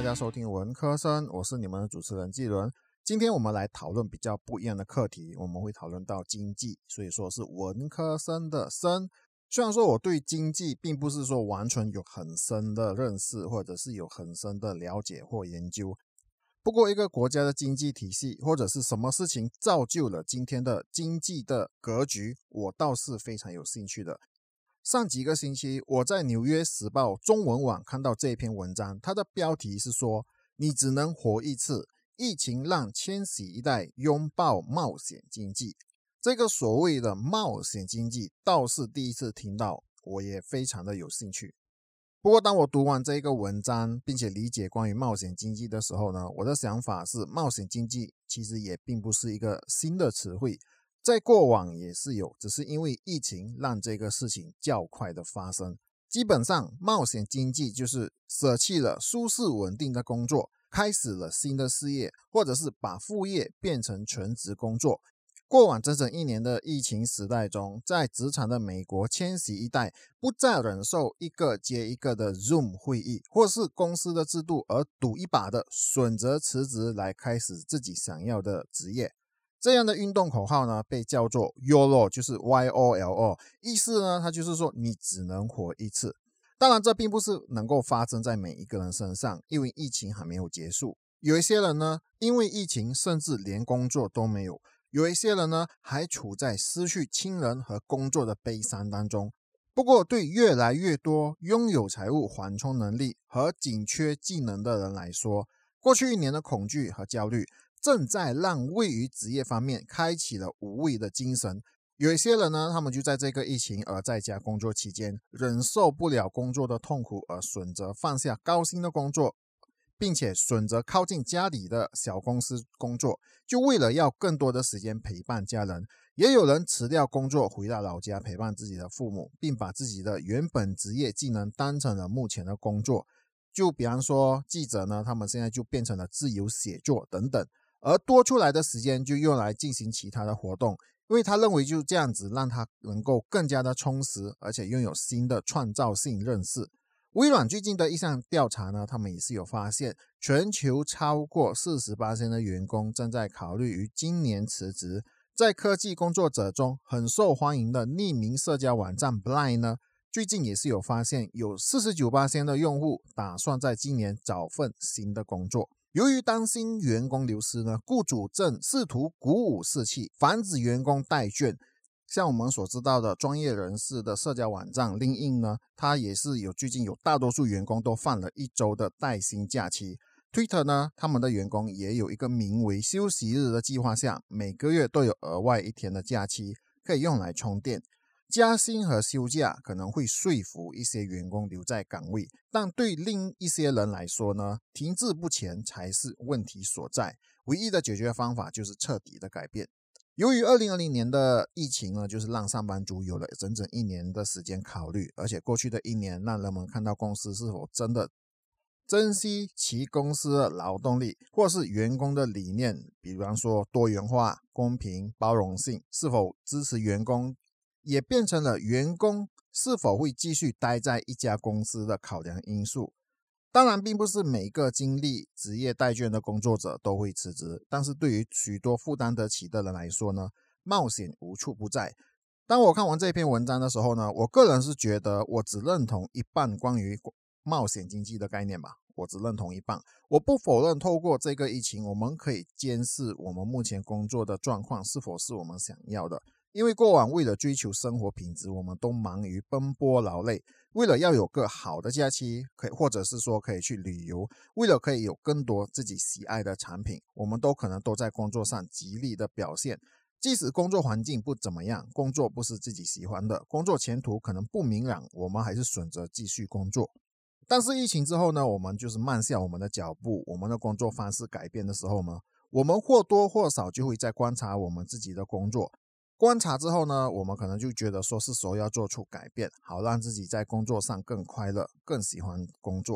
家收听文科生，我是你们的主持人纪伦。今天我们来讨论比较不一样的课题，我们会讨论到经济，所以说是文科生的生。虽然说我对经济并不是说完全有很深的认识，或者是有很深的了解或研究，不过一个国家的经济体系或者是什么事情造就了今天的经济的格局，我倒是非常有兴趣的。上几个星期我在纽约时报中文网看到这篇文章，它的标题是说你只能活一次，疫情让千禧一代拥抱冒险经济。这个所谓的冒险经济倒是第一次听到，我也非常的有兴趣。不过当我读完这个文章并且理解关于冒险经济的时候呢，我的想法是冒险经济其实也并不是一个新的词汇，在过往也是有，只是因为疫情让这个事情较快的发生。基本上冒险经济就是舍弃了舒适稳定的工作，开始了新的事业，或者是把副业变成全职工作。过往整整1年的疫情时代中，在职场的美国千禧一代不再忍受一个接一个的 Zoom 会议，或是公司的制度，而赌一把的选择辞职来开始自己想要的职业。这样的运动口号呢，被叫做 YOLO， 就是 YOLO， 意思呢，它就是说你只能活一次。当然这并不是能够发生在每一个人身上，因为疫情还没有结束。有一些人呢，因为疫情甚至连工作都没有，有一些人呢，还处在失去亲人和工作的悲伤当中。不过对越来越多拥有财务缓冲能力和紧缺技能的人来说，过去1年的恐惧和焦虑正在让位于职业方面开启了无畏的精神。有一些人呢，他们就在这个疫情而在家工作期间，忍受不了工作的痛苦而选择放下高薪的工作，并且选择靠近家里的小公司工作，就为了要更多的时间陪伴家人。也有人辞掉工作回到老家陪伴自己的父母，并把自己的原本职业技能当成了目前的工作。就比方说记者呢，他们现在就变成了自由写作等等，而多出来的时间就用来进行其他的活动，因为他认为就这样子让他能够更加的充实，而且拥有新的创造性认识。微软最近的一项调查呢，他们也是有发现，全球超过 40% 的员工正在考虑于今年辞职。在科技工作者中很受欢迎的匿名社交网站 Blind 呢，最近也是有发现，有 49% 的用户打算在今年找份新的工作。由于担心员工流失呢，雇主正试图鼓舞士气，防止员工怠倦。像我们所知道的专业人士的社交网站 LinkedIn 呢，它也是最近有大多数员工都放了1周的带薪假期。Twitter 呢，他们的员工也有一个名为休息日的计划下，每个月都有额外1天的假期可以用来充电。加薪和休假可能会说服一些员工留在岗位，但对另一些人来说呢，停滞不前才是问题所在。唯一的解决方法就是彻底的改变。由于2020年的疫情呢，就是让上班族有了整整1年的时间考虑，而且过去的1年让人们看到公司是否真的珍惜其公司的劳动力，或是员工的理念，比方说多元化、公平、包容性，是否支持员工，也变成了员工是否会继续待在一家公司的考量因素。当然并不是每个经历职业怠倦的工作者都会辞职，但是对于许多负担得起的人来说呢，冒险无处不在。当我看完这篇文章的时候呢，我个人是觉得我只认同一半关于冒险经济的概念吧，我只认同一半。我不否认透过这个疫情，我们可以监视我们目前工作的状况是否是我们想要的。因为过往为了追求生活品质，我们都忙于奔波劳累，为了要有个好的假期，或者是说可以去旅游，为了可以有更多自己喜爱的产品，我们可能都在工作上极力的表现。即使工作环境不怎么样，工作不是自己喜欢的，工作前途可能不明朗，我们还是选择继续工作。但是疫情之后呢，我们就是慢下我们的脚步，我们的工作方式改变的时候呢，我们或多或少就会在观察我们自己的工作。观察之后呢，我们可能就觉得说是时候要做出改变，好让自己在工作上更快乐，更喜欢工作。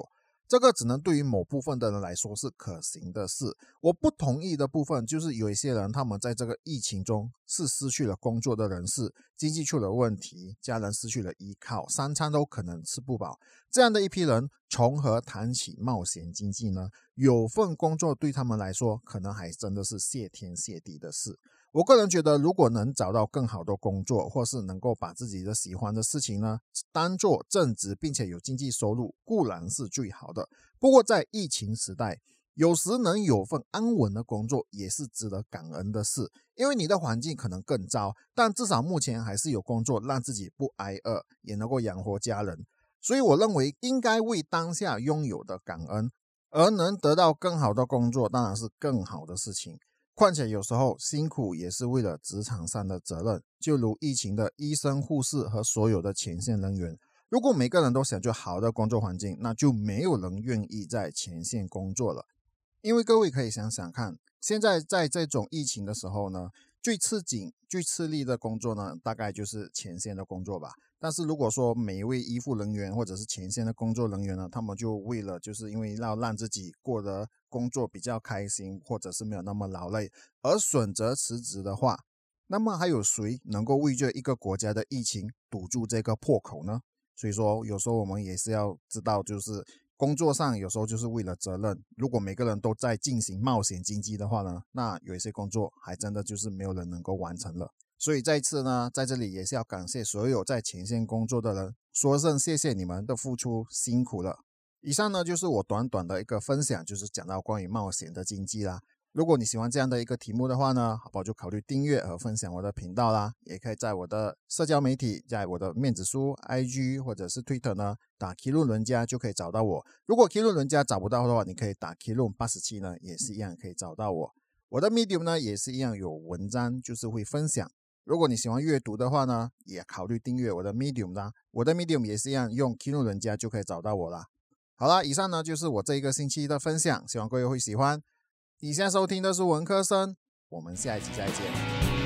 这个只能对于某部分的人来说是可行的事。我不同意的部分就是有一些人他们在这个疫情中是失去了工作的人士，经济出了问题，家人失去了依靠，三餐都可能吃不饱，这样的一批人从何谈起冒险经济呢？有份工作对他们来说可能还真的是谢天谢地的事。我个人觉得，如果能找到更好的工作，或是能够把自己的喜欢的事情呢当做正职，并且有经济收入，固然是最好的。不过在疫情时代，有时能有份安稳的工作也是值得感恩的事，因为你的环境可能更糟，但至少目前还是有工作让自己不挨饿，也能够养活家人。所以我认为应该为当下拥有的感恩，而能得到更好的工作当然是更好的事情。况且有时候辛苦也是为了职场上的责任，就如疫情的医生、护士和所有的前线人员。如果每个人都想做好的工作环境，那就没有人愿意在前线工作了。因为各位可以想想看，现在在这种疫情的时候呢，最吃紧、最吃力的工作呢，大概就是前线的工作吧。但是如果说每一位医护人员或者是前线的工作人员呢，他们就为了就是因为要让自己过得工作比较开心，或者是没有那么劳累，而选择辞职的话，那么还有谁能够为这一个国家的疫情堵住这个破口呢？所以说有时候我们也是要知道，就是工作上有时候就是为了责任，如果每个人都在进行冒险经济的话呢，那有一些工作还真的就是没有人能够完成了。所以这一次呢，在这里也是要感谢所有在前线工作的人，说声谢谢你们的付出，辛苦了。以上呢就是我短短的一个分享，就是讲到关于冒险的经济啦。如果你喜欢这样的一个题目的话呢，好不好就考虑订阅和分享我的频道啦，也可以在我的社交媒体，在我的面子书 IG 或者是 Twitter 呢打 Kilun 伦家就可以找到我。如果 Kilun 伦家找不到的话，你可以打 Kilun 87呢，也是一样可以找到我。我的 Medium 呢也是一样有文章，就是会分享。如果你喜欢阅读的话呢，也考虑订阅我的 Medium 啦。我的 Medium 也是一样，用 Kilun 伦家就可以找到我啦。好啦，以上呢就是我这一个星期的分享，希望各位会喜欢。你现在收听的是文科生，我们下一集再见。